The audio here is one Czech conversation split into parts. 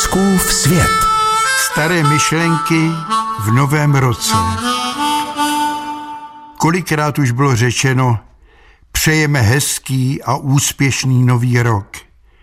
Fouskův svět. Staré myšlenky v novém roce. Kolikrát už bylo řečeno, přejeme hezký a úspěšný nový rok.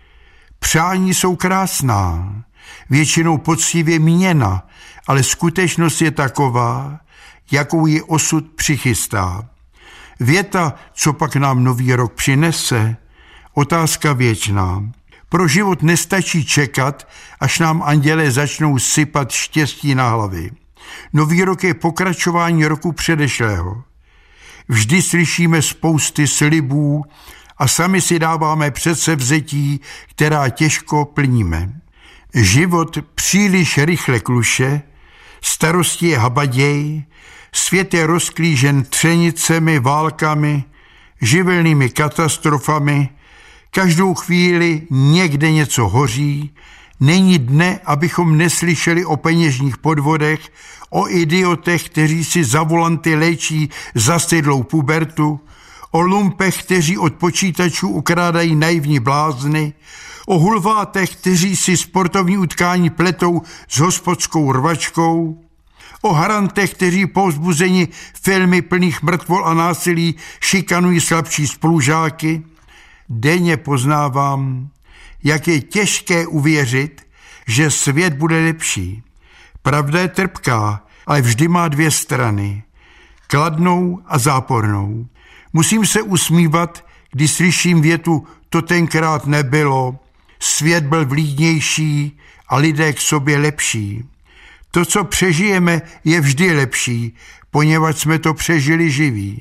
Přání jsou krásná, většinou poctivě míněna, ale skutečnost je taková, jakou ji osud přichystá. Věta, co pak nám nový rok přinese, otázka věčná. Pro život nestačí čekat, až nám andělé začnou sypat štěstí na hlavy. Nový rok je pokračování roku předešlého. Vždy slyšíme spousty slibů a sami si dáváme předsevzetí, která těžko plníme. Život příliš rychle kluše, starosti je habaděj, svět je rozklížen třenicemi, válkami, živelnými katastrofami, každou chvíli někde něco hoří, není dne, abychom neslyšeli o peněžních podvodech, o idiotech, kteří si za volanty léčí zasedlou pubertu, o lumpech, kteří od počítačů ukrádají naivní blázny, o hulvátech, kteří si sportovní utkání pletou s hospodskou rvačkou, o harantech, kteří povzbuzeni filmy plných mrtvol a násilí šikanují slabší spolužáky. Denně poznávám, jak je těžké uvěřit, že svět bude lepší. Pravda je trpká, ale vždy má dvě strany, kladnou a zápornou. Musím se usmívat, když slyším větu, to tenkrát nebylo, svět byl vlídnější a lidé k sobě lepší. To, co přežijeme, je vždy lepší, poněvadž jsme to přežili živí.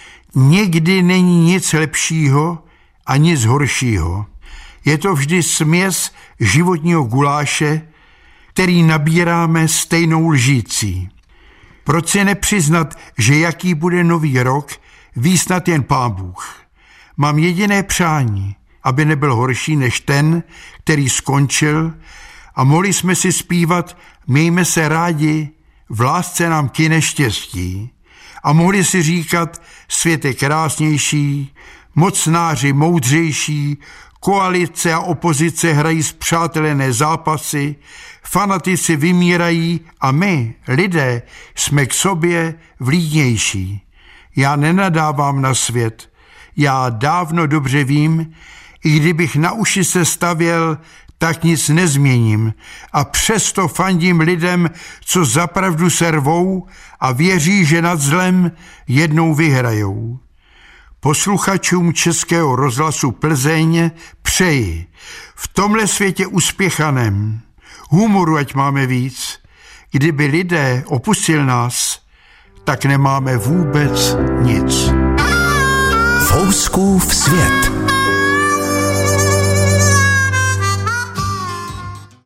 Nikdy není nic lepšího a nic horšího. Je to vždy směs životního guláše, který nabíráme stejnou lžící. Proč si nepřiznat, že jaký bude nový rok, ví snad jen Pán Bůh. Mám jediné přání, aby nebyl horší než ten, který skončil, a mohli jsme si zpívat Mějme se rádi, v lásce nám kyne štěstí. A mohli si říkat svět je krásnější, mocnáři moudřejší, koalice a opozice hrají spřátelené zápasy, fanatici vymírají a my, lidé, jsme k sobě vlídnější. Já nenadávám na svět, já dávno dobře vím, i kdybych na uši se stavěl, tak nic nezměním a přesto fandím lidem, co zapravdu se rvou a věří, že nad zlem jednou vyhrajou. Posluchačům Českého rozhlasu Plzeň přeji v tomhle světě uspěchaném humoru, ať máme víc. Kdyby lidé opustil nás, tak nemáme vůbec nic. Fouskův svět.